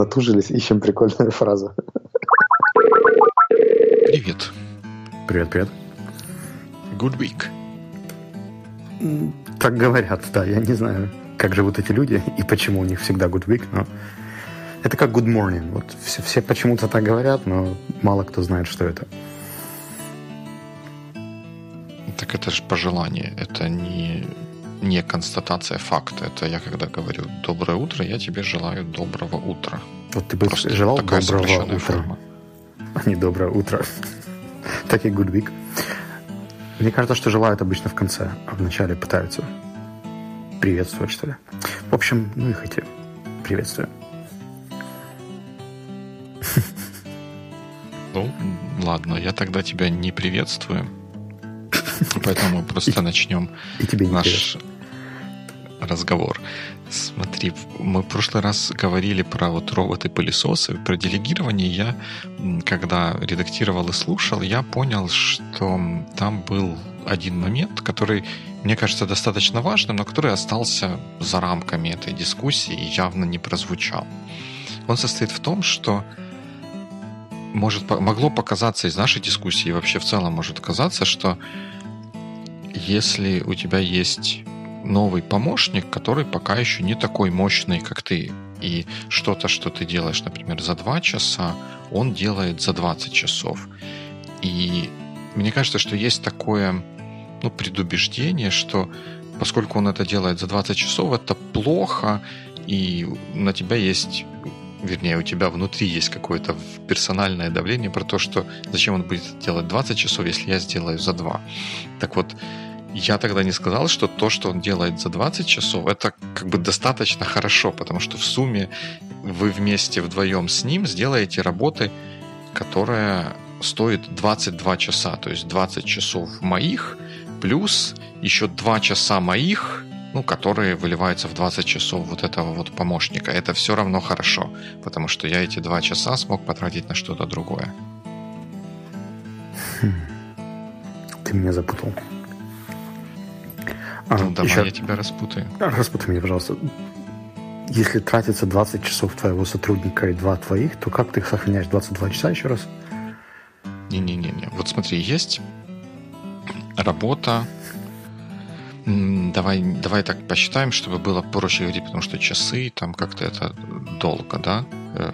поднатужились, ищем прикольную фразу. Привет. Привет. Good week. Так говорят, да. Я не знаю, как живут эти люди и почему у них всегда good week, но это как good morning. Вот все почему-то так говорят, но мало кто знает, что это. Так это же пожелание. Это не констатация факта. Это я когда говорю «доброе утро», я тебе желаю доброго утра. Вот ты бы просто желал доброго утра, форма. А не доброе утро. Так и good week. Мне кажется, что желают обычно в конце, а в начале пытаются приветствовать, что ли. В общем, ну их эти приветствую. Ну, ладно, я тогда тебя не приветствую. Поэтому просто начнем наш разговор. Смотри, мы в прошлый раз говорили про вот роботы-пылесосы, про делегирование. Я, когда редактировал и слушал, я понял, что там был один момент, который, мне кажется, достаточно важным, но который остался за рамками этой дискуссии и явно не прозвучал. Он состоит в том, что могло показаться из нашей дискуссии, и вообще в целом может казаться, что если у тебя есть новый помощник, который пока еще не такой мощный, как ты, и что-то, что ты делаешь, например, за 2 часа, он делает за 20 часов. И мне кажется, что есть такое предубеждение, что поскольку он это делает за 20 часов, это плохо, и на тебя есть... Вернее, у тебя внутри есть какое-то персональное давление про то, что зачем он будет делать 20 часов, если я сделаю за 2. Так вот, я тогда не сказал, что то, что он делает за 20 часов, это как бы достаточно хорошо, потому что в сумме вы вместе вдвоем с ним сделаете работы, которая стоит 22 часа, то есть 20 часов моих, плюс еще 2 часа моих, которые выливаются в 20 часов вот этого вот помощника. Это все равно хорошо, потому что я эти 2 часа смог потратить на что-то другое. Ты меня запутал. Давай я тебя распутаю. Распутай меня, пожалуйста. Если тратится 20 часов твоего сотрудника и 2 твоих, то как ты сохраняешь 22 часа еще раз? Не-не-не. Вот смотри, есть работа. Давай так посчитаем, чтобы было проще говорить, потому что часы, там как-то это долго, да?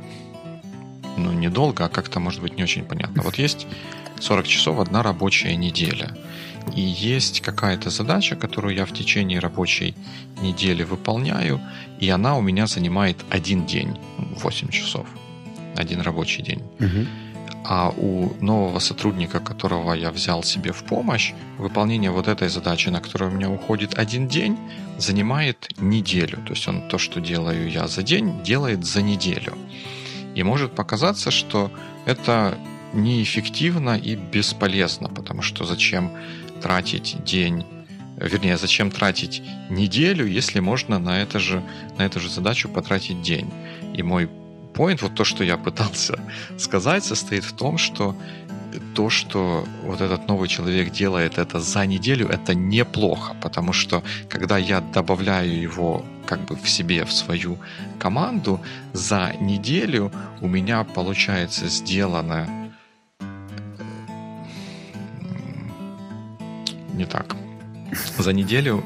Не долго, а как-то, может быть, не очень понятно. Вот есть 40 часов, 1 рабочая неделя. И есть какая-то задача, которую я в течение рабочей недели выполняю, и она у меня занимает 1 день, 8 часов. 1 рабочий день. Угу. А у нового сотрудника, которого я взял себе в помощь, выполнение вот этой задачи, на которую у меня уходит 1 день, занимает неделю. То есть он то, что делаю я за день, делает за неделю. И может показаться, что это неэффективно и бесполезно, потому что зачем тратить зачем тратить неделю, если можно на эту же задачу потратить день. И мой point, вот то, что я пытался сказать, состоит в том, что то, что вот этот новый человек делает это за неделю, это неплохо, потому что когда я добавляю его как бы в свою команду, за неделю у меня получается сделано не так. За неделю...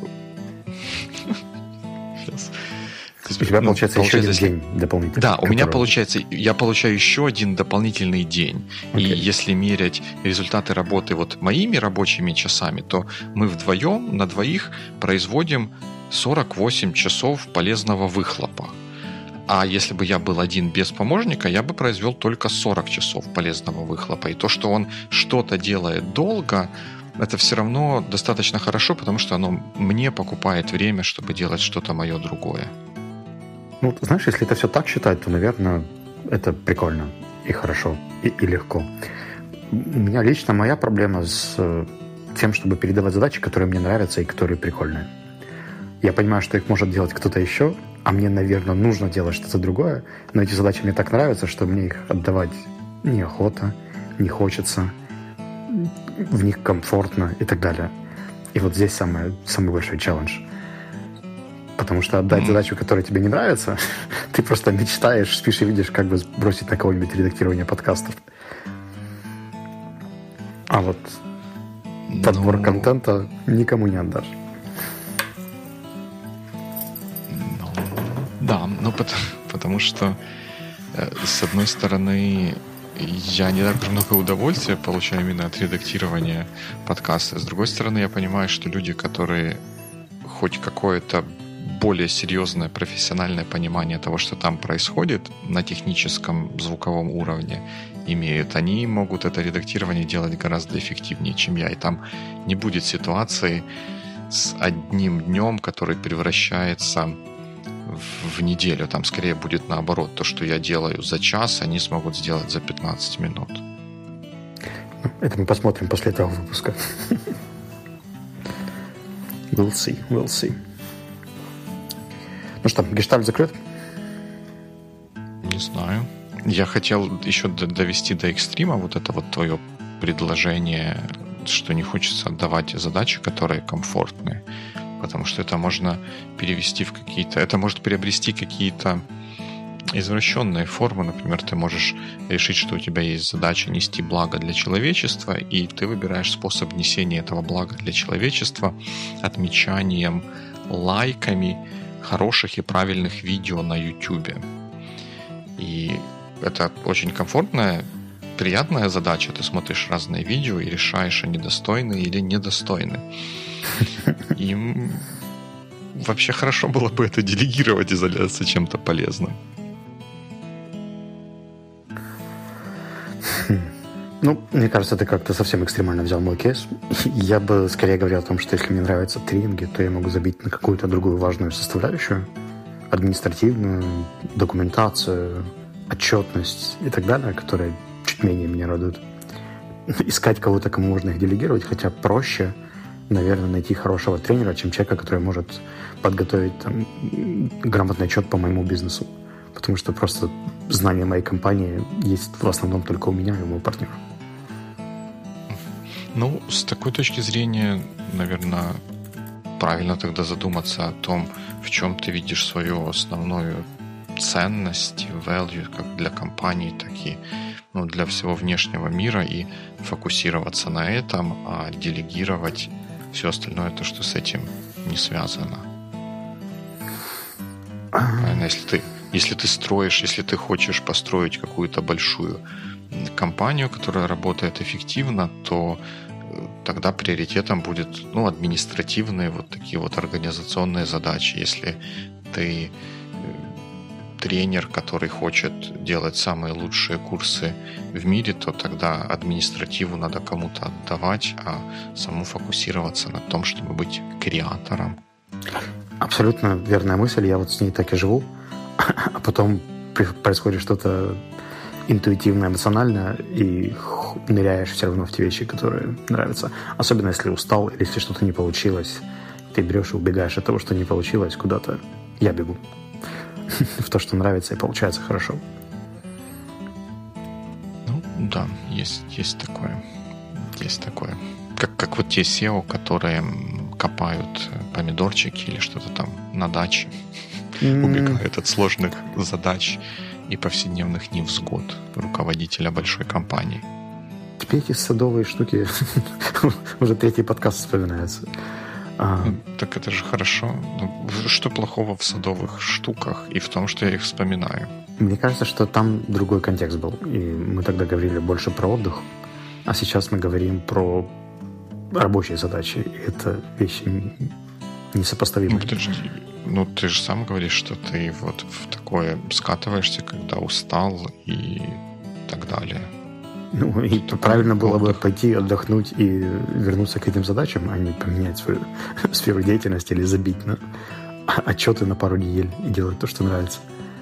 Сейчас. У тебя получается еще 1 день дополнительный. Да, у меня получается, я получаю еще 1 дополнительный день. Okay. И если мерять результаты работы вот моими рабочими часами, то мы вдвоем на 2 производим 48 часов полезного выхлопа. А если бы я был один без помощника, я бы произвел только 40 часов полезного выхлопа. И то, что он что-то делает долго, это все равно достаточно хорошо, потому что оно мне покупает время, чтобы делать что-то мое другое. Знаешь, если это все так считать, то, наверное, это прикольно и хорошо, и легко. У меня лично моя проблема с тем, чтобы передавать задачи, которые мне нравятся и которые прикольные. Я понимаю, что их может делать кто-то еще, а мне, наверное, нужно делать что-то другое, но эти задачи мне так нравятся, что мне их отдавать неохота, не хочется, в них комфортно и так далее. И вот здесь самый большой челлендж. Потому что отдать задачу, которая тебе не нравится, ты просто мечтаешь, спишь и видишь, как бы бросить на кого-нибудь редактирование подкастов. А вот подбор контента никому не отдашь. Да, потому что, с одной стороны, я не так много удовольствия получаю именно от редактирования подкаста. С другой стороны, я понимаю, что люди, которые хоть какое-то более серьезное профессиональное понимание того, что там происходит на техническом звуковом уровне имеют, они могут это редактирование делать гораздо эффективнее, чем я. И там не будет ситуации с одним днем, который превращается в неделю. Там скорее будет наоборот. То, что я делаю за час, они смогут сделать за 15 минут. Это мы посмотрим после этого выпуска. We'll see. Ну что, гештальт закрыт? Не знаю. Я хотел еще довести до экстрима вот это вот твое предложение, что не хочется отдавать задачи, которые комфортные. Потому что это можно перевести в какие-то... Это может приобрести какие-то извращенные формы. Например, ты можешь решить, что у тебя есть задача нести благо для человечества, и ты выбираешь способ несения этого блага для человечества отмечанием лайками хороших и правильных видео на YouTube. И это очень комфортная, приятная задача. Ты смотришь разные видео и решаешь, они достойны или недостойны. Им вообще хорошо было бы это делегировать и заняться чем-то полезным. Ну, мне кажется, ты как-то совсем экстремально взял мой кейс. Я бы скорее говорил о том, что если мне нравятся тренинги, то я могу забить на какую-то другую важную составляющую. Административную, документацию, отчетность и так далее, которые чуть менее меня радуют. Искать кого-то, кому можно их делегировать, хотя проще, наверное, найти хорошего тренера, чем человека, который может подготовить там грамотный отчет по моему бизнесу. Потому что просто знания моей компании есть в основном только у меня и у моего партнера. Ну, с такой точки зрения, наверное, правильно тогда задуматься о том, в чем ты видишь свою основную ценность, value, как для компании, так и для всего внешнего мира, и фокусироваться на этом, а делегировать все остальное, то, что с этим не связано. Правильно? Если ты хочешь построить какую-то большую компанию, которая работает эффективно, то тогда приоритетом будет административные вот такие вот организационные задачи. Если ты тренер, который хочет делать самые лучшие курсы в мире, то тогда административу надо кому-то отдавать, а саму фокусироваться на том, чтобы быть креатором. Абсолютно верная мысль. Я вот с ней так и живу. А потом происходит что-то интуитивное, эмоциональное, и ныряешь все равно в те вещи, которые нравятся. Особенно если устал или если что-то не получилось. Ты берешь и убегаешь от того, что не получилось куда-то. Я бегу в то, что нравится и получается хорошо. Ну, да, есть такое. Есть такое. Как вот те SEO, которые копают помидорчики или что-то там на даче. Убегают от сложных задач и повседневных невзгод руководителя большой компании. Теперь эти садовые штуки уже третий подкаст вспоминается. Так это же хорошо. Что плохого в садовых штуках и в том, что я их вспоминаю? Мне кажется, что там другой контекст был. И мы тогда говорили больше про отдых, а сейчас мы говорим про рабочие задачи. И это вещи несопоставимые. Подожди. Ты же сам говоришь, что ты вот в такое скатываешься, когда устал и так далее. И правильно было бы пойти отдохнуть и вернуться к этим задачам, а не поменять свою сферу деятельности или забить на отчеты на пару недель и делать то, что нравится.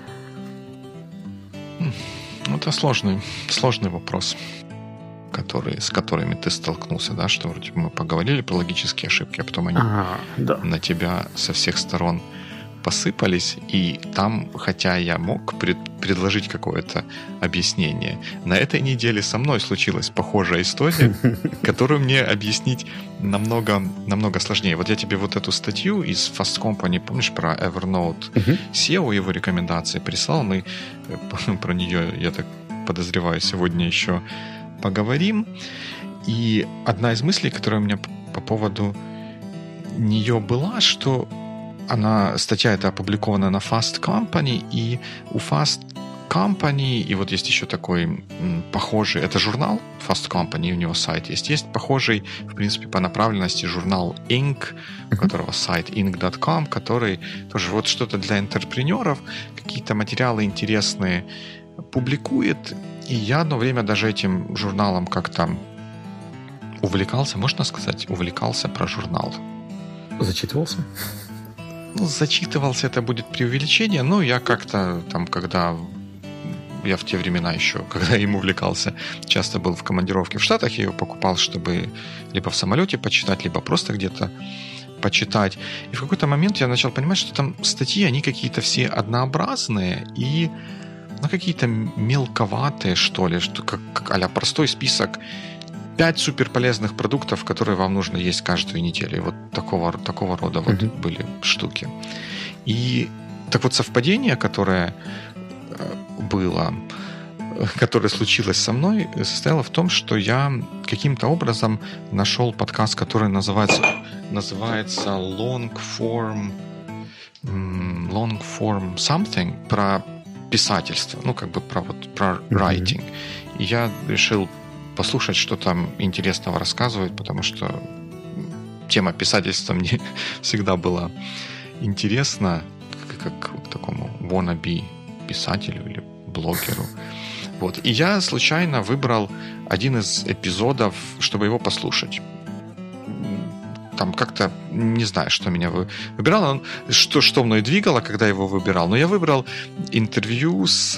Это сложный вопрос, с которыми ты столкнулся, да, что вроде мы поговорили про логические ошибки, а потом они на тебя со всех сторон посыпались, и там, хотя я мог предложить какое-то объяснение, на этой неделе со мной случилась похожая история, которую мне объяснить намного сложнее. Вот я тебе вот эту статью из Fast Company, помнишь, про Evernote SEO, его рекомендации прислал, мы про нее, я так подозреваю, сегодня еще поговорим. И одна из мыслей, которая у меня по поводу нее была, что статья эта опубликована на Fast Company, и у Fast Company, и вот есть еще такой похожий, это журнал Fast Company, у него сайт есть похожий, в принципе, по направленности журнал Inc., у которого сайт inc.com, который тоже вот что-то для интерпренеров, какие-то материалы интересные публикует, и я одно время даже этим журналом как-то увлекался, можно сказать, увлекался про журнал. Зачитывался? Зачитывался, это будет преувеличение, но я как-то там, когда я в те времена еще, когда им увлекался, часто был в командировке в Штатах, я ее покупал, чтобы либо в самолете почитать, либо просто где-то почитать. И в какой-то момент я начал понимать, что там статьи, они какие-то все однообразные и какие-то мелковатые, что ли, что как а-ля простой список 5 суперполезных продуктов, которые вам нужно есть каждую неделю. И вот такого рода вот были штуки. И так вот совпадение, которое было, которое случилось со мной, состояло в том, что я каким-то образом нашел подкаст, который называется Long Form Something, про писательство, про writing. И я решил послушать, что там интересного рассказывают, потому что тема писательства мне всегда была интересна, как такому wannabe писателю или блогеру. Вот. И я случайно выбрал один из эпизодов, чтобы его послушать. Там как-то, не знаю, что меня выбирало, что мной двигало, когда я его выбирал. Но я выбрал интервью с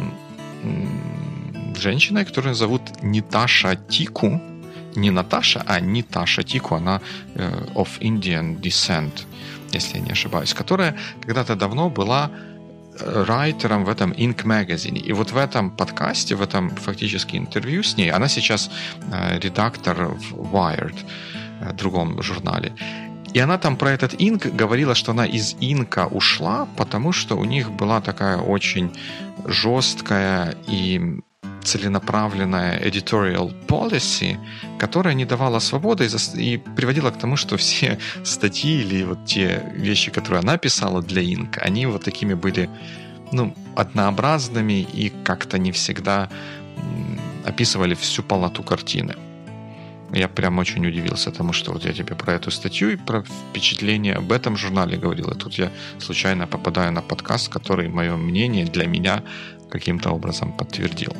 женщиной, которую зовут Ниташа Тику. Не Наташа, а Ниташа Тику. Она of Indian descent, если я не ошибаюсь, которая когда-то давно была райтером в этом Inc. Magazine. И вот в этом подкасте, в этом фактически интервью с ней, она сейчас редактор в Wired, другом журнале. И она там про этот Inc. говорила, что она из Inc. ушла, потому что у них была такая очень жесткая и целенаправленная editorial policy, которая не давала свободы и приводила к тому, что все статьи или вот те вещи, которые она писала для Inc., они вот такими были, однообразными и как-то не всегда описывали всю полноту картины. Я прям очень удивился тому, что вот я тебе про эту статью и про впечатление об этом журнале говорил. И тут я случайно попадаю на подкаст, который мое мнение для меня каким-то образом подтвердил.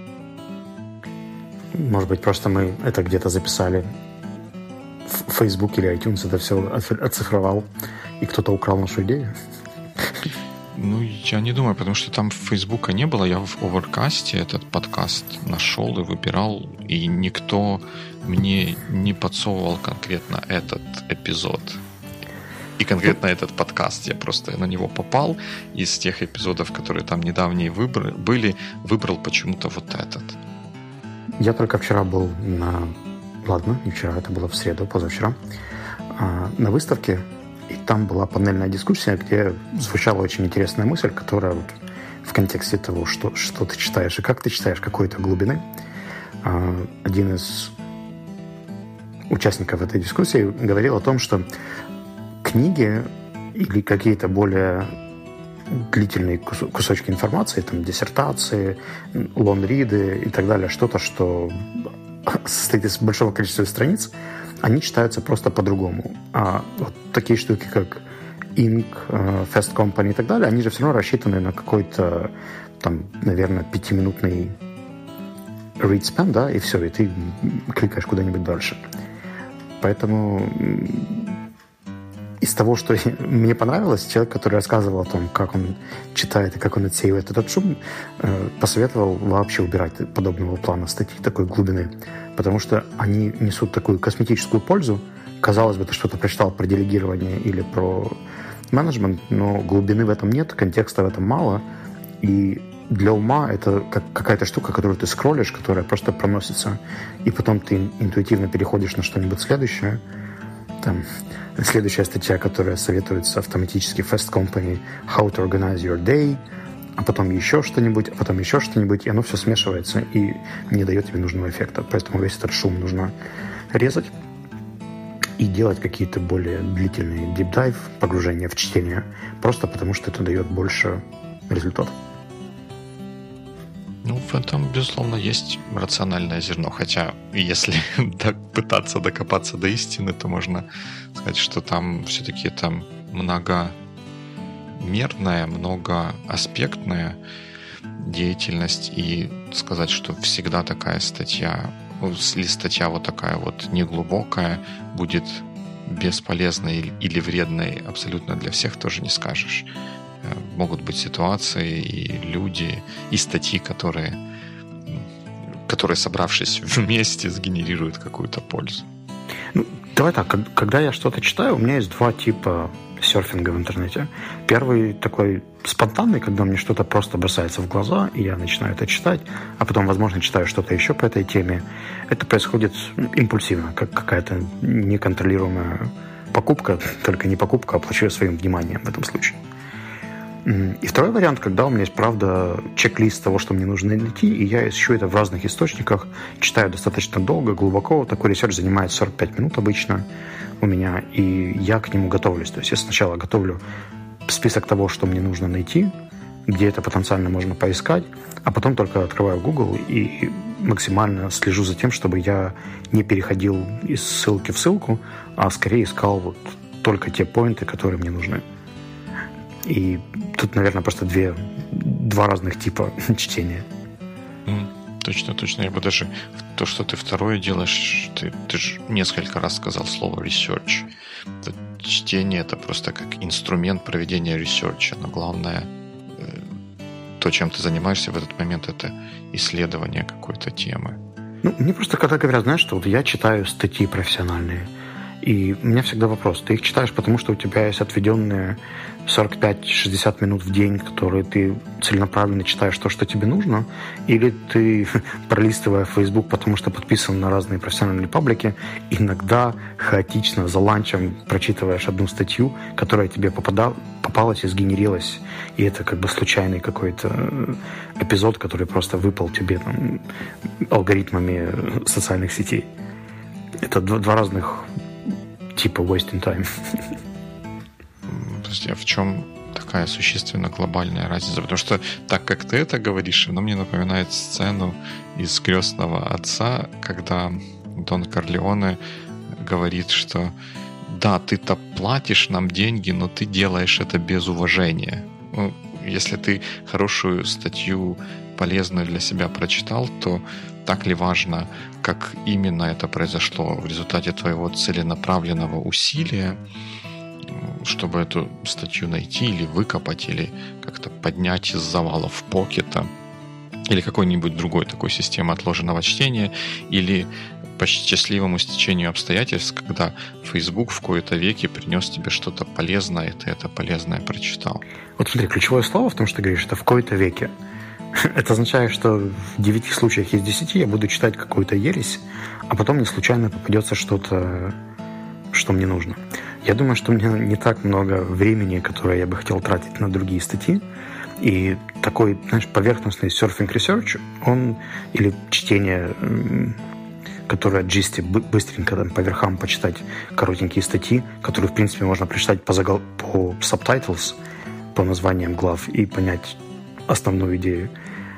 Может быть, просто мы это где-то записали в Facebook или iTunes, это все оцифровал, и кто-то украл нашу идею? Я не думаю, потому что там Фейсбука не было. Я в Overcast этот подкаст нашел и выбирал, и никто мне не подсовывал конкретно этот эпизод. И конкретно этот подкаст. Я просто на него попал. Из тех эпизодов, которые там недавние были, выбрал почему-то вот этот. Я только вчера был Ладно, не вчера, это было в среду, позавчера. На выставке. И там была панельная дискуссия, где звучала очень интересная мысль, которая вот в контексте того, что ты читаешь и как ты читаешь, какой-то глубины. Один из участников этой дискуссии говорил о том, что книги или какие-то более длительные кусочки информации, там диссертации, лонриды и так далее, что-то, что состоит из большого количества страниц, они читаются просто по-другому. А вот такие штуки, как Inc., Fast Company и так далее, они же все равно рассчитаны на какой-то, там, наверное, 5-минутный read span, да, и все, и ты кликаешь куда-нибудь дальше. Поэтому из того, что мне понравилось, человек, который рассказывал о том, как он читает и как он отсеивает этот шум, посоветовал вообще убирать подобного плана статьи такой глубины, потому что они несут такую косметическую пользу. Казалось бы, ты что-то прочитал про делегирование или про менеджмент, но глубины в этом нет, контекста в этом мало. И для ума это как какая-то штука, которую ты скроллишь, которая просто проносится, и потом ты интуитивно переходишь на что-нибудь следующее. Там, следующая статья, которая советуется автоматически Fast Company How to Organize Your Day, а потом еще что-нибудь, и оно все смешивается и не дает тебе нужного эффекта. Поэтому весь этот шум нужно резать и делать какие-то более длительные deep dive, погружения в чтение, просто потому что это дает больше результатов. Ну, в этом, безусловно, есть рациональное зерно. Хотя, если пытаться докопаться до истины, то можно сказать, что там все-таки это многомерная, многоаспектная деятельность. И сказать, что всегда такая статья, или статья вот такая вот неглубокая, будет бесполезной или вредной абсолютно для всех, тоже не скажешь. Могут быть ситуации и люди, и статьи, которые, собравшись вместе, сгенерируют какую-то пользу. Ну, давай так, когда я что-то читаю, у меня есть два типа серфинга в интернете. Первый такой спонтанный, когда мне что-то просто бросается в глаза, и я начинаю это читать, а потом, возможно, читаю что-то еще по этой теме. Это происходит импульсивно, как какая-то неконтролируемая покупка, только не покупка, а плачу своим вниманием в этом случае. И второй вариант, когда у меня есть, правда, чек-лист того, что мне нужно найти, и я ищу это в разных источниках, читаю достаточно долго, глубоко. Такой ресерч занимает 45 минут обычно у меня, и я к нему готовлюсь. То есть я сначала готовлю список того, что мне нужно найти, где это потенциально можно поискать, а потом только открываю Google и максимально слежу за тем, чтобы я не переходил из ссылки в ссылку, а скорее искал вот только те поинты, которые мне нужны. И тут, наверное, просто два разных типа чтения. Точно. Я бы даже то, что ты второе делаешь, ты же несколько раз сказал слово research. Чтение — это просто как инструмент проведения ресерча. Но главное, то, чем ты занимаешься в этот момент, это исследование какой-то темы. Ну, мне просто когда говорят, знаешь, что вот я читаю статьи профессиональные, и у меня всегда вопрос. Ты их читаешь, потому что у тебя есть отведенные 45-60 минут в день, которые ты целенаправленно читаешь то, что тебе нужно? Или ты, пролистывая Facebook, потому что подписан на разные профессиональные паблики, иногда хаотично за ланчем прочитываешь одну статью, которая тебе попалась и сгенерилась, и это как бы случайный какой-то эпизод, который просто выпал тебе там алгоритмами социальных сетей. Это два разных типа wasting time. Подожди, а в чем такая существенно глобальная разница? Потому что так, как ты это говоришь, оно мне напоминает сцену из «Крестного отца», когда Дон Корлеоне говорит, что да, ты-то платишь нам деньги, но ты делаешь это без уважения. Ну, если ты хорошую статью, полезную для себя прочитал, то так ли важно, как именно это произошло в результате твоего целенаправленного усилия, чтобы эту статью найти или выкопать, или как-то поднять из завалов покета, или какой-нибудь другой такой системы отложенного чтения, или по счастливому стечению обстоятельств, когда Facebook в кои-то веки принес тебе что-то полезное, и ты это полезное прочитал. Вот смотри, ключевое слово в том, что ты говоришь, это «в кои-то веке». Это означает, что в 9 случаях из 10 я буду читать какую-то ересь, а потом мне случайно попадется что-то, что мне нужно. Я думаю, что у меня не так много времени, которое я бы хотел тратить на другие статьи. И такой, знаешь, поверхностный серфинг-ресерч, он, или чтение, которое джисти, быстренько там, по верхам почитать коротенькие статьи, которые, в принципе, можно прочитать по subtitles, по названиям глав, и понять основную идею.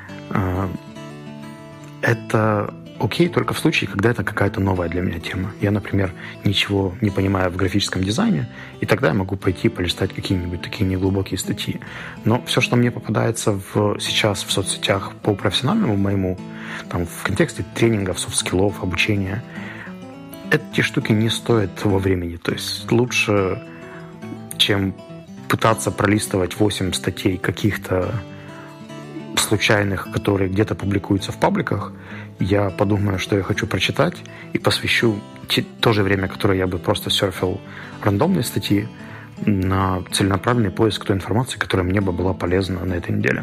Это окей только в случае, когда это какая-то новая для меня тема. Я, например, ничего не понимаю в графическом дизайне, и тогда я могу пойти полистать какие-нибудь такие неглубокие статьи. Но все, что мне попадается сейчас в соцсетях по профессиональному моему, там, в контексте тренингов, софт-скиллов, обучения, эти штуки не стоят того времени. То есть лучше, чем пытаться пролистывать 8 статей каких-то случайных, которые где-то публикуются в пабликах, я подумаю, что я хочу прочитать, и посвящу то же время, которое я бы просто серфил рандомные статьи, на целенаправленный поиск той информации, которая мне бы была полезна на этой неделе.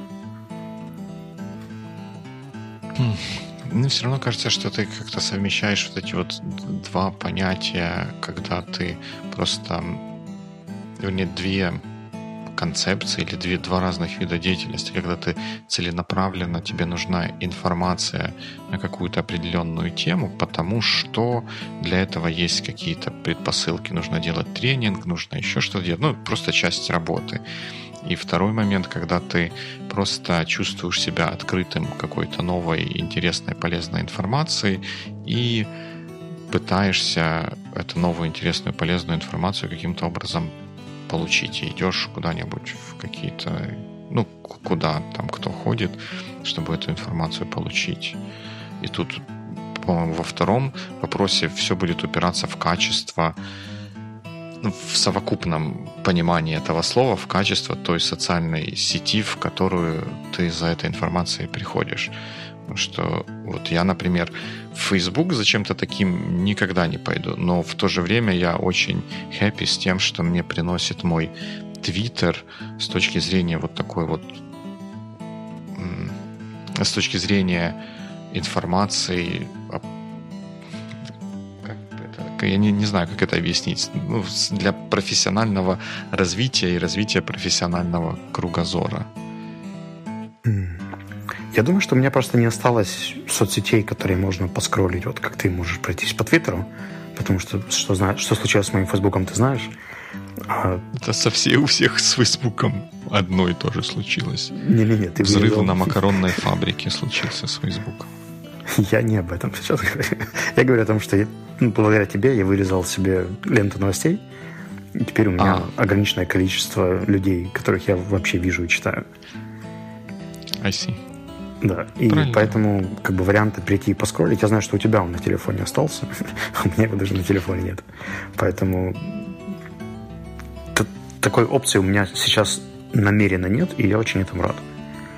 Мне все равно кажется, что ты как-то совмещаешь вот эти вот два понятия, когда ты просто, вернее, две концепции или два разных вида деятельности, когда ты целенаправленно, тебе нужна информация на какую-то определенную тему, потому что для этого есть какие-то предпосылки, нужно делать тренинг, нужно еще что-то делать, ну, просто часть работы. И второй момент, когда ты просто чувствуешь себя открытым какой-то новой, интересной, полезной информацией и пытаешься эту новую, интересную, полезную информацию каким-то образом получить. И идешь куда-нибудь в какие-то, ну, куда там кто ходит, чтобы эту информацию получить. И тут, по-моему, во втором вопросе все будет упираться в качество, в совокупном понимании этого слова, в качество той социальной сети, в которую ты за этой информацией приходишь. Потому что вот я, например, в Facebook за чем-то таким никогда не пойду, но в то же время я очень хэппи с тем, что мне приносит мой Twitter с точки зрения вот такой вот, с точки зрения информации, я не знаю, как это объяснить, ну, для профессионального развития и развития профессионального кругозора. Я думаю, что у меня просто не осталось соцсетей, которые можно поскроллить, вот как ты можешь пройтись по Твиттеру, потому что что случилось с моим Фейсбуком, ты знаешь. Это совсем у всех с Фейсбуком одно и то же случилось. Не-не-не, ты Взрыв вырезал... на макаронной фабрике случился с Фейсбуком. Я не об этом сейчас говорю. Я говорю о том, что благодаря тебе я вырезал себе ленту новостей, и теперь у меня ограниченное количество людей, которых я вообще вижу и читаю. I see. Да, и правильно. Поэтому как бы варианты прийти и поскроллить, я знаю, что у тебя он на телефоне остался, а у меня его даже на телефоне нет. Поэтому такой опции у меня сейчас намеренно нет, и я очень этому рад.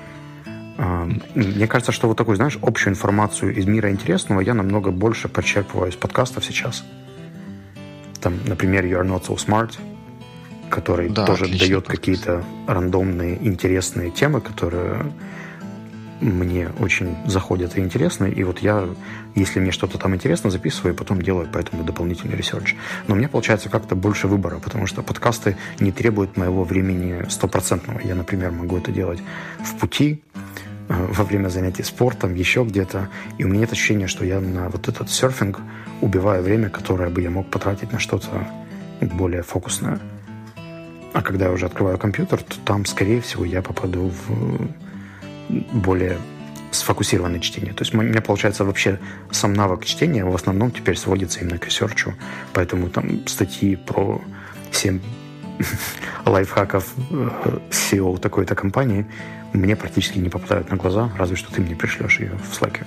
Мне кажется, что вот такую, знаешь, общую информацию из мира интересного я намного больше подчерпываю из подкастов сейчас. Там, например, You Are Not So Smart, который тоже дает какие-то рандомные, интересные темы, которые мне очень заходят и интересны. И вот я, если мне что-то там интересно, записываю и потом делаю по этому дополнительный ресерч. Но у меня получается как-то больше выбора, потому что подкасты не требуют моего времени 100%. Я, например, могу это делать в пути, во время занятий спортом, еще где-то. И у меня нет ощущения, что я на вот этот серфинг убиваю время, которое бы я мог потратить на что-то более фокусное. А когда я уже открываю компьютер, то там, скорее всего, я попаду в более сфокусированное чтение. То есть у меня, получается, вообще сам навык чтения в основном теперь сводится именно к ресерчу. Поэтому там статьи про 7 лайфхаков SEO такой-то компании мне практически не попадают на глаза, разве что ты мне пришлешь ее в Slack.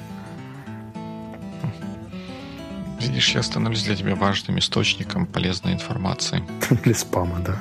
Видишь, я становлюсь для тебя важным источником полезной информации. Или спама, да.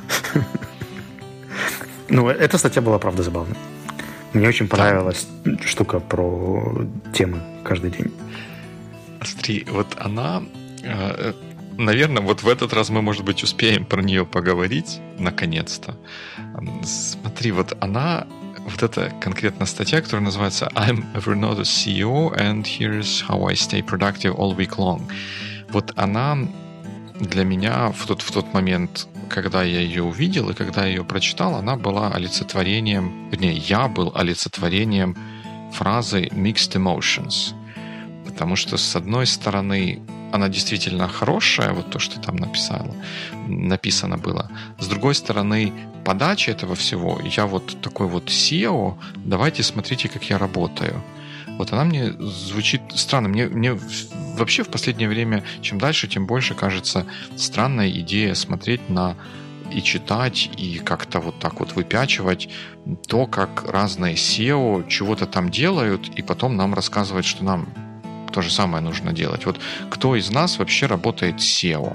Ну, эта статья была, правда, забавной. Мне очень понравилась штука про темы каждый день. Смотри, вот она... Наверное, вот в этот раз мы, может быть, успеем про нее поговорить, наконец-то. Смотри, вот она... Вот эта конкретная статья, которая называется I'm Evernote CEO and here's how I stay productive all week long. Вот она для меня в тот момент, когда я ее увидел и когда я ее прочитал, она была олицетворением, вернее, я был олицетворением фразы mixed emotions. Потому что, с одной стороны, она действительно хорошая, вот то, что там написано было. С другой стороны, подача этого всего, я вот такой вот SEO, давайте смотрите, как я работаю. Вот она мне звучит странно. Мне вообще в последнее время, чем дальше, тем больше кажется странная идея смотреть на и читать, и как-то вот так вот выпячивать то, как разные SEO чего-то там делают, и потом нам рассказывать, что нам то же самое нужно делать. Вот кто из нас вообще работает с SEO?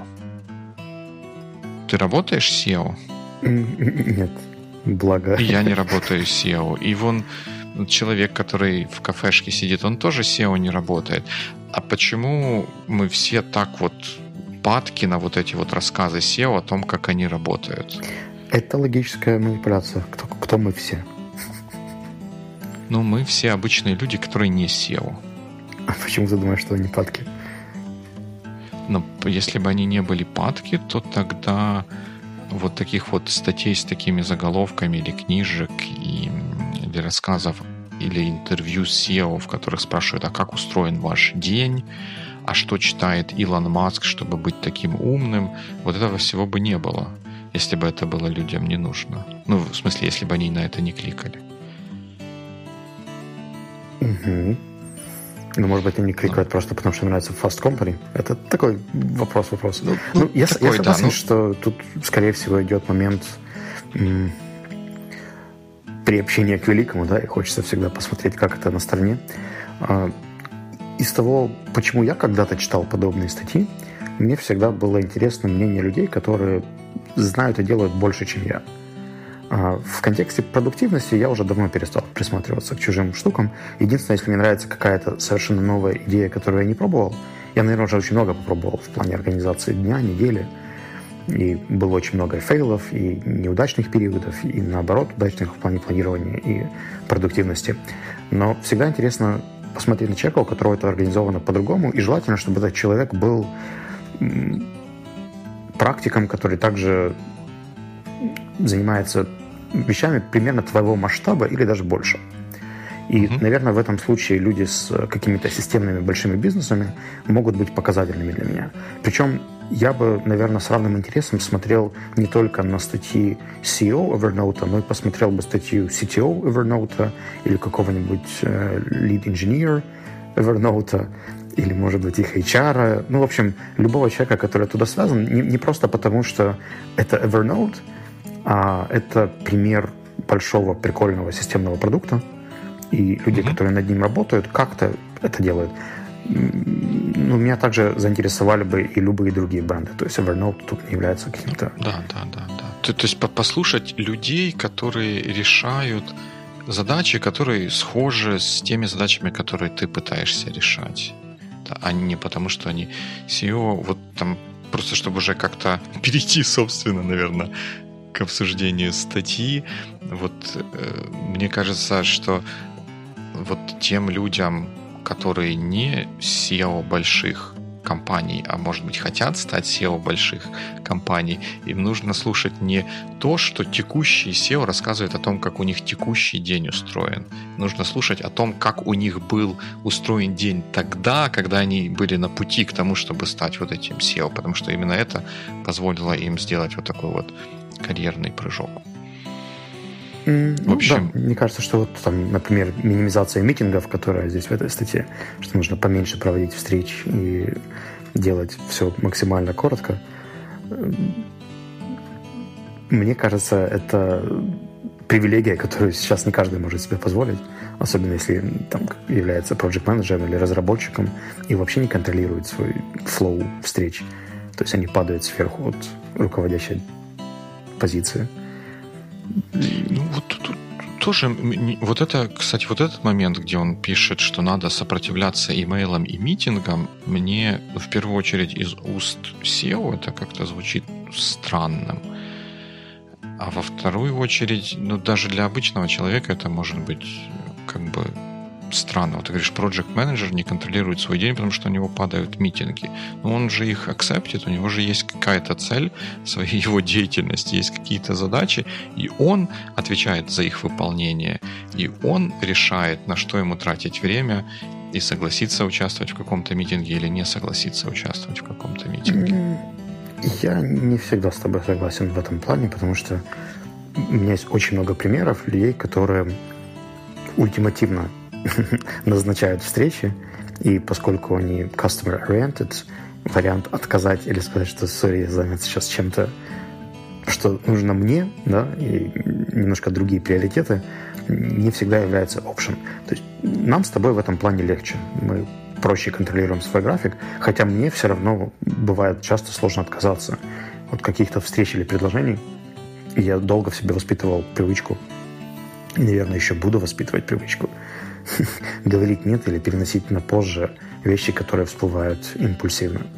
Ты работаешь с SEO? Нет, благо. И я не работаю с SEO. И вон человек, который в кафешке сидит, он тоже SEO не работает. А почему мы все так вот падки на вот эти вот рассказы SEO о том, как они работают. Это логическая манипуляция. Кто мы все? Ну, мы все обычные люди, которые не SEO. А почему ты думаешь, что они падки? Но если бы они не были падки, то тогда вот таких вот статей с такими заголовками или книжек, или рассказов, или интервью с SEO, в которых спрашивают, а как устроен ваш день, а что читает Илон Маск, чтобы быть таким умным, вот этого всего бы не было, если бы это было людям не нужно. Ну, в смысле, если бы они на это не кликали. Угу. Ну, может быть, они кликают просто потому, что нравится Fast Company. Это такой вопрос. Я согласен, что тут, скорее всего, идет момент приобщения к великому, да, и хочется всегда посмотреть, как это на стороне. Из того, почему я когда-то читал подобные статьи, мне всегда было интересно мнение людей, которые знают и делают больше, чем я. В контексте продуктивности я уже давно перестал присматриваться к чужим штукам. Единственное, если мне нравится какая-то совершенно новая идея, которую я не пробовал, я, наверное, уже очень много попробовал в плане организации дня, недели, и было очень много фейлов, и неудачных периодов, и, наоборот, удачных в плане планирования и продуктивности. Но всегда интересно посмотреть на человека, у которого это организовано по-другому, и желательно, чтобы этот человек был практиком, который также занимается вещами примерно твоего масштаба или даже больше. И, наверное, в этом случае люди с какими-то системными большими бизнесами могут быть показательными для меня. Причем я бы, наверное, с равным интересом смотрел не только на статьи CEO Evernote, но и посмотрел бы статью CTO Evernote или какого-нибудь lead engineer Evernote, или, может быть, их HR. Ну, в общем, любого человека, который туда связан, не просто потому, что это Evernote, а это пример большого прикольного системного продукта, и люди, которые над ним работают, как-то это делают. Ну, меня также заинтересовали бы и любые другие бренды. То есть Evernote тут не является каким-то... Да. То есть послушать людей, которые решают задачи, которые схожи с теми задачами, которые ты пытаешься решать. Да, а не потому, что они SEO, вот там просто чтобы уже как-то перейти, собственно, наверное, к обсуждению статьи. Вот мне кажется, что вот тем людям, которые не SEO больших компаний, а может быть хотят стать SEO больших компаний, им нужно слушать не то, что текущий SEO рассказывает о том, как у них текущий день устроен. Нужно слушать о том, как у них был устроен день тогда, когда они были на пути к тому, чтобы стать вот этим SEO, потому что именно это позволило им сделать вот такой вот карьерный прыжок. В общем, да, мне кажется, что вот там, например, минимизация митингов, которая здесь в этой статье, что нужно поменьше проводить встреч и делать все максимально коротко. Мне кажется, это привилегия, которую сейчас не каждый может себе позволить, особенно если там является проект-менеджером или разработчиком и вообще не контролирует свой флоу встреч. То есть они падают сверху от руководящей позиции. Ну, вот тут тоже, вот это, кстати, вот этот момент, где он пишет, что надо сопротивляться имейлам и митингам, мне в первую очередь из уст SEO это как-то звучит странным. А во вторую очередь, ну, даже для обычного человека это может быть как бы странно. Вот ты говоришь, project менеджер не контролирует свой день, потому что у него падают митинги. Но он же их акцептит, у него же есть какая-то цель своей его деятельности, есть какие-то задачи, и он отвечает за их выполнение, и он решает, на что ему тратить время, и согласиться участвовать в каком-то митинге или не согласиться участвовать в каком-то митинге. Я не всегда с тобой согласен в этом плане, потому что у меня есть очень много примеров людей, которые ультимативно назначают встречи, и поскольку они customer-oriented, вариант отказать или сказать, что sorry, я занят сейчас чем-то, что нужно мне, да, и немножко другие приоритеты, не всегда является option. То есть нам с тобой в этом плане легче. Мы проще контролируем свой график, хотя мне все равно бывает часто сложно отказаться от каких-то встреч или предложений. Я долго в себе воспитывал привычку, и, наверное, еще буду воспитывать привычку говорить «нет» или переносить на позже вещи, которые всплывают импульсивно.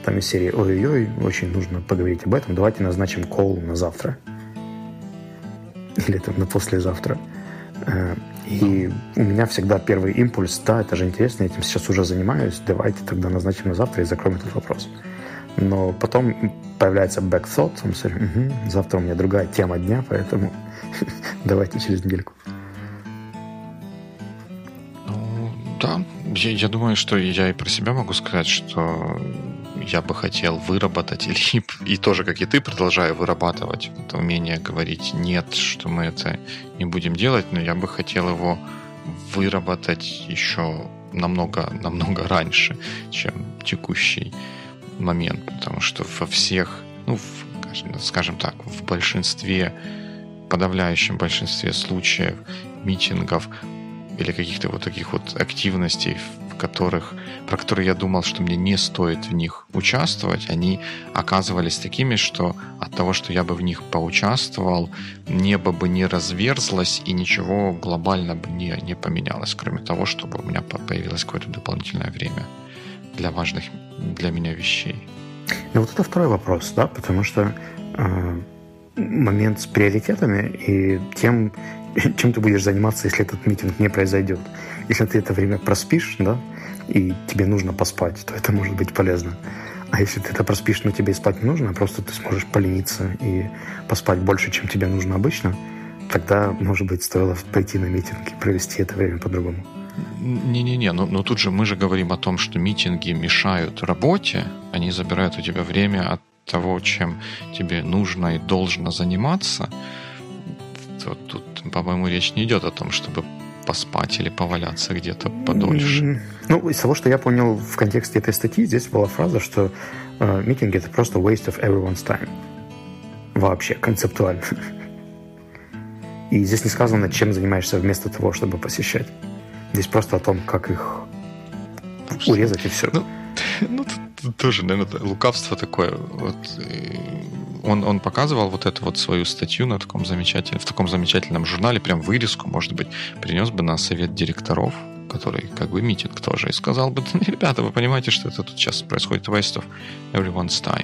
там из серии «Ой-ой-ой, очень нужно поговорить об этом, давайте назначим колл на завтра». Или там на послезавтра. И у меня всегда первый импульс: да, это же интересно, я этим сейчас уже занимаюсь, давайте тогда назначим на завтра и закроем этот вопрос. Но потом появляется back thought, завтра у меня другая тема дня, поэтому давайте через недельку. Ну, да, я думаю, что я и про себя могу сказать, что я бы хотел выработать, и тоже, как и ты, продолжаю вырабатывать это умение говорить «нет», что мы это не будем делать, но я бы хотел его выработать еще намного раньше, чем текущий момент, потому что во всех, скажем так, в подавляющем большинстве случаев митингов или каких-то вот таких вот активностей, про которые я думал, что мне не стоит в них участвовать, они оказывались такими, что от того, что я бы в них поучаствовал, небо бы не разверзлось и ничего глобально бы не поменялось, кроме того, чтобы у меня появилось какое-то дополнительное время для важных для меня вещей. Ну вот это второй вопрос, да, потому что момент с приоритетами и тем, чем ты будешь заниматься, если этот митинг не произойдет. Если ты это время проспишь, да, и тебе нужно поспать, то это может быть полезно. А если ты это проспишь, но тебе спать не нужно, а просто ты сможешь полениться и поспать больше, чем тебе нужно обычно, тогда, может быть, стоило пойти на митинг и провести это время по-другому. Не-не-не, но тут же мы же говорим о том, что митинги мешают работе, они забирают у тебя время от того, чем тебе нужно и должно заниматься. Тут, по-моему, речь не идет о том, чтобы поспать или поваляться где-то подольше. Ну, из того, что я понял в контексте этой статьи, здесь была фраза, что митинги — это просто waste of everyone's time. Вообще, концептуально. И здесь не сказано, чем занимаешься вместо того, чтобы посещать. Здесь просто о том, как их урезать, и все. Ну, тут тоже, наверное, лукавство такое. Вот, он показывал вот эту вот свою статью в таком замечательном журнале, прям вырезку, может быть, принес бы на совет директоров, который как бы митинг тоже, и сказал бы: ребята, вы понимаете, что это тут сейчас происходит waste of everyone's time.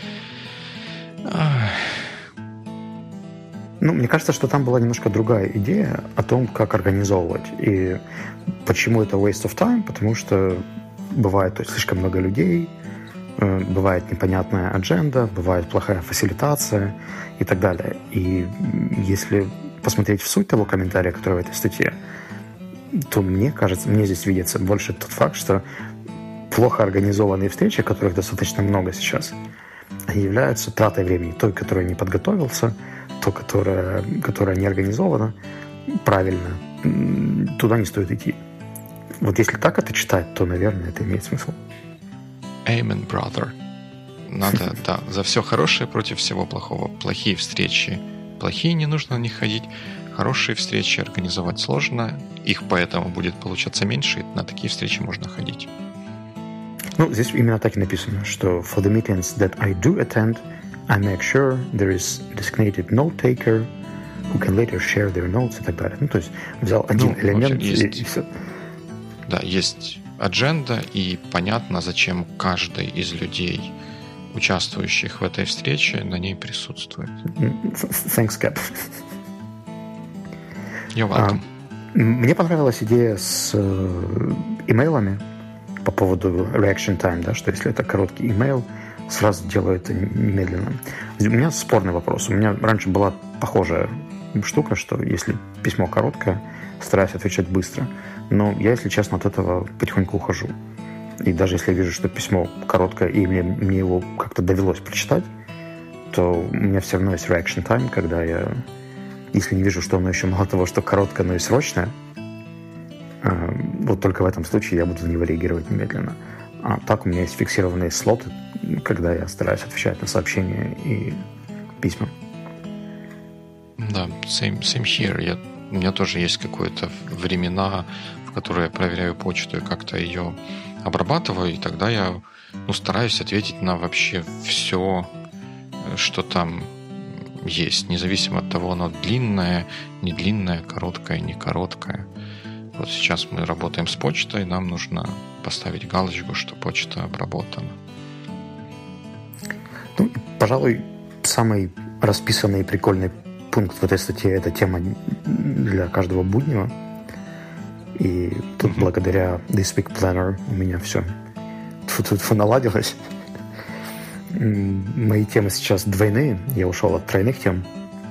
Ну, мне кажется, что там была немножко другая идея о том, как организовывать. И почему это waste of time? Потому что бывает слишком много людей, бывает непонятная адженда, бывает плохая фасилитация и так далее. И если посмотреть в суть того комментария, который в этой статье, то мне кажется, мне здесь видится больше тот факт, что плохо организованные встречи, которых достаточно много сейчас, они являются тратой времени. Той, которой не подготовился, то, которая не организована правильно, туда не стоит идти. Вот если так это читать, то, наверное, это имеет смысл. Amen, brother. Надо, да, за все хорошее против всего плохого. Плохие встречи, плохие, не нужно на них ходить. Хорошие встречи организовать сложно, их поэтому будет получаться меньше, и на такие встречи можно ходить. Ну, здесь именно так и написано, что for the meetings that I do attend, I make sure there is designated note-taker who can later share their notes и так далее. Ну, то есть взял один элемент и все. Да, есть адженда, и понятно, зачем каждый из людей, участвующих в этой встрече, на ней присутствует. Thanks, Cap. You're welcome. Мне понравилась идея с имейлами по поводу reaction time, да, что если это короткий имейл, сразу делаю это немедленно. У меня спорный вопрос. У меня раньше была похожая штука, что если письмо короткое, стараюсь отвечать быстро. Но я, если честно, от этого потихоньку ухожу. И даже если я вижу, что письмо короткое, и мне его как-то довелось прочитать, то у меня все равно есть reaction time, когда я, если не вижу, что оно еще мало того, что короткое, но и срочное, вот только в этом случае я буду на него реагировать немедленно. А так у меня есть фиксированные слоты, когда я стараюсь отвечать на сообщения и письма. Да, same here. У меня тоже есть какое-то времена, в которые я проверяю почту и как-то ее обрабатываю, и тогда я стараюсь ответить на вообще все, что там есть, независимо от того, оно длинное, не длинное, короткое, не короткое. Вот сейчас мы работаем с почтой, нам нужно поставить галочку, что почта обработана. Ну, и, пожалуй, самый расписанный и прикольный пункт в этой статье — это тема для каждого буднего. И тут благодаря This Week Planner у меня все тут наладилось. Мои темы сейчас двойные. Я ушел от тройных тем.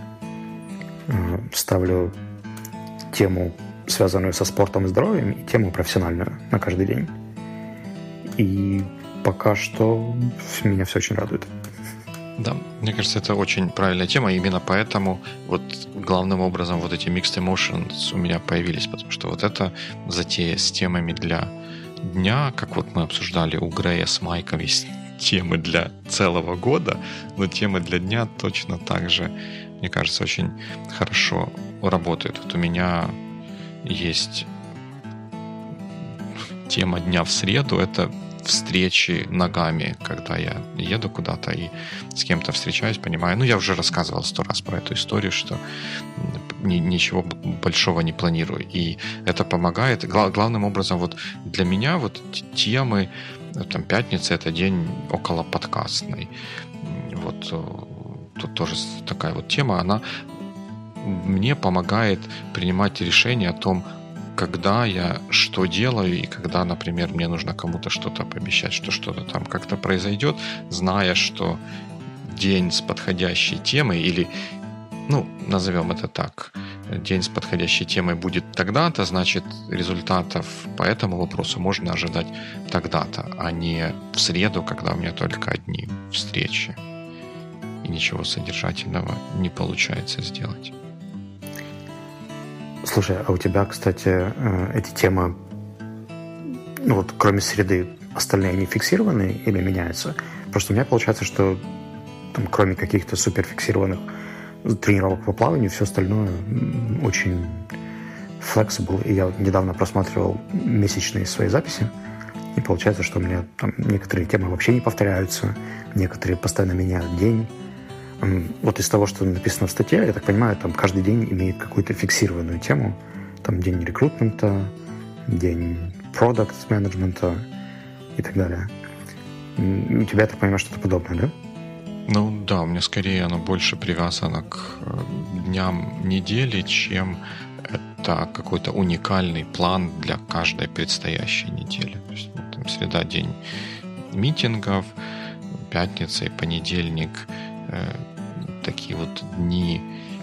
Ставлю тему, связанную со спортом и здоровьем, и тему профессиональную на каждый день. И пока что меня все очень радует. Да, мне кажется, это очень правильная тема. Именно поэтому вот главным образом вот эти Mixed Emotions у меня появились, потому что вот эта затея с темами для дня, как вот мы обсуждали у Грея с Майком, есть темы для целого года, но темы для дня точно так же, мне кажется, очень хорошо работают. Вот у меня есть тема дня в среду, это встречи ногами, когда я еду куда-то и с кем-то встречаюсь, понимаю. Ну, я уже рассказывал 100 раз про эту историю, что ничего большого не планирую. И это помогает. Главным образом вот для меня вот темы, там, пятница — это день около подкастной. Вот тут тоже такая вот тема, она мне помогает принимать решение о том, когда я что делаю, и когда, например, мне нужно кому-то что-то пообещать, что что-то там как-то произойдет, зная, что день с подходящей темой, или, ну, назовем это так, день с подходящей темой будет тогда-то, значит, результатов по этому вопросу можно ожидать тогда-то, а не в среду, когда у меня только одни встречи, и ничего содержательного не получается сделать. Слушай, а у тебя, кстати, эти темы, ну вот кроме среды, остальные они фиксированы или меняются? Просто у меня получается, что там, кроме каких-то суперфиксированных тренировок по плаванию, все остальное очень flexible. И я недавно просматривал месячные свои записи, и получается, что у меня там некоторые темы вообще не повторяются, некоторые постоянно меняют день. Вот из того, что написано в статье, я так понимаю, там каждый день имеет какую-то фиксированную тему. Там день рекрутмента, день продакт-менеджмента и так далее. У тебя, я так понимаю, что-то подобное, да? Ну да, у меня скорее оно больше привязано к дням недели, чем это какой-то уникальный план для каждой предстоящей недели. То есть, ну, там, среда — день митингов, пятница и понедельник — такие вот дни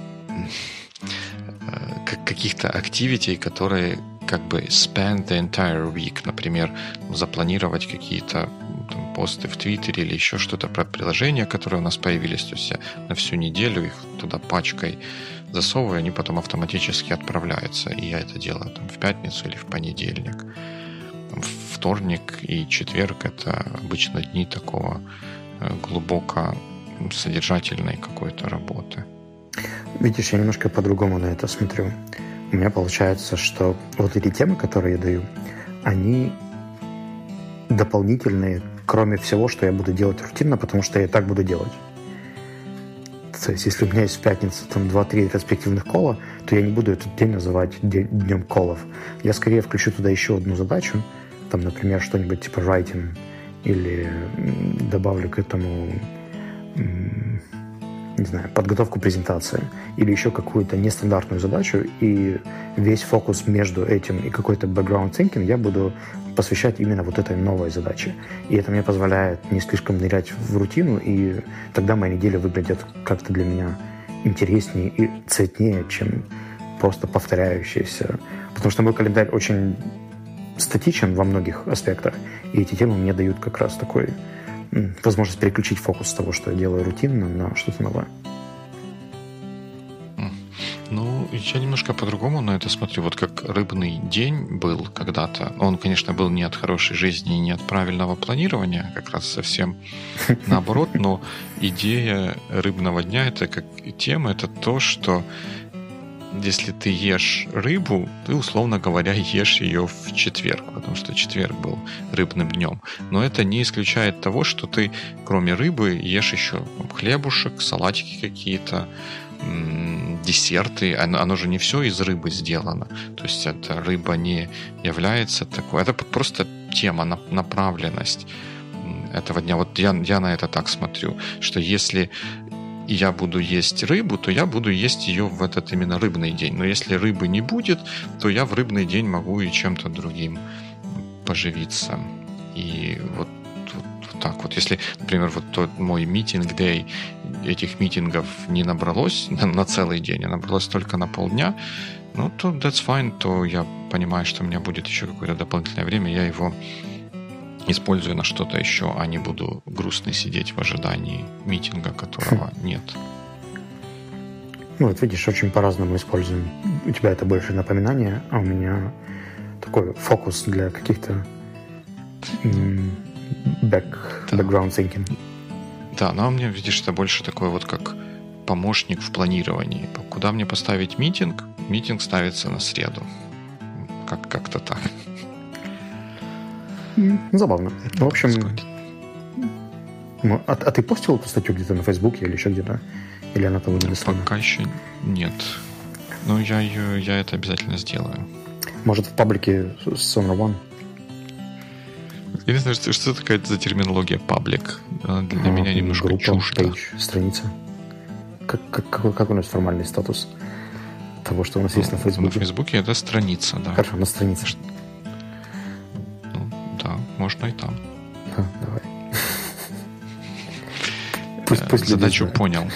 каких-то активитей, которые как бы spend the entire week. Например, запланировать какие-то там посты в Твиттере или еще что-то про приложения, которые у нас появились. То есть я на всю неделю их туда пачкой засовываю, они потом автоматически отправляются. И я это делаю там в пятницу или в понедельник. Там, вторник и четверг — это обычно дни такого глубоко содержательной какой-то работы. Видишь, я немножко по-другому на это смотрю. У меня получается, что вот эти темы, которые я даю, они дополнительные, кроме всего, что я буду делать рутинно, потому что я и так буду делать. То есть, если у меня есть в пятницу там 2-3 ретроспективных кола, то я не буду этот день называть днем колов. Я скорее включу туда еще одну задачу, там, например, что-нибудь типа writing, или добавлю к этому, не знаю, подготовку презентации или еще какую-то нестандартную задачу, и весь фокус между этим и какой-то background thinking я буду посвящать именно вот этой новой задаче. И это мне позволяет не слишком нырять в рутину, и тогда мои недели выглядят как-то для меня интереснее и цветнее, чем просто повторяющиеся. Потому что мой календарь очень статичен во многих аспектах, и эти темы мне дают как раз такой возможность переключить фокус с того, что я делаю рутинно, на что-то новое. Ну, я немножко по-другому на это смотрю. Вот как рыбный день был когда-то. Он, конечно, был не от хорошей жизни и не от правильного планирования, как раз совсем наоборот, но идея рыбного дня, это как тема, это то, что если ты ешь рыбу, ты, условно говоря, ешь ее в четверг, потому что четверг был рыбным днем. Но это не исключает того, что ты, кроме рыбы, ешь еще хлебушек, салатики какие-то, десерты. Оно же не все из рыбы сделано. То есть эта рыба не является такой. Это просто тема, направленность этого дня. Вот я на это так смотрю, что если я буду есть рыбу, то я буду есть ее в этот именно рыбный день. Но если рыбы не будет, то я в рыбный день могу и чем-то другим поживиться. И вот так вот. Если, например, вот тот мой митинг-дэй, этих митингов не набралось на целый день, а набралось только на полдня, ну, то that's fine, то я понимаю, что у меня будет еще какое-то дополнительное время, я его использую на что-то еще, а не буду грустно сидеть в ожидании митинга, которого нет. Ну, вот видишь, очень по-разному используем. У тебя это больше напоминание, а у меня такой фокус для каких-то background thinking. Да, но у меня, видишь, это больше такой вот как помощник в планировании. Куда мне поставить митинг? Митинг ставится на среду. Как-то так. Забавно. В общем, а ты постил эту статью где-то на Фейсбуке или еще где-то? Или она того не достойна? Пока еще нет. Но я это обязательно сделаю. Может, в паблике Sonar One? Я не знаю, что такая за терминология паблик. Для меня немножко группа, чуждо. Page, страница. Как у нас формальный статус того, что у нас есть на Фейсбуке? На Фейсбуке это страница, да. Хорошо, на странице. Ну, да, можно и там. Давай. Пусть задачу понял.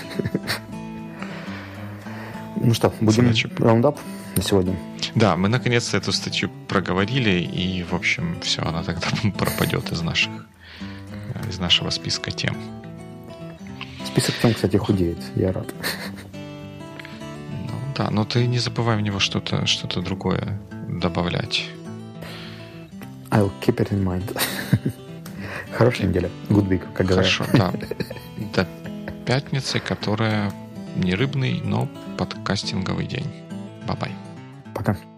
Ну что, будем раундап на сегодня? Да, мы наконец-то эту статью проговорили, и, в общем, все, она тогда пропадет из нашего списка тем. Список тем, кстати, худеет. Я рад. Ну, да, но ты не забывай в него что-то другое добавлять. I'll keep it in mind. Хорошей недели. Good week, как говорят. Хорошо, да. До пятницы, которая не рыбный, но подкастинговый день. Бай-бай. Пока.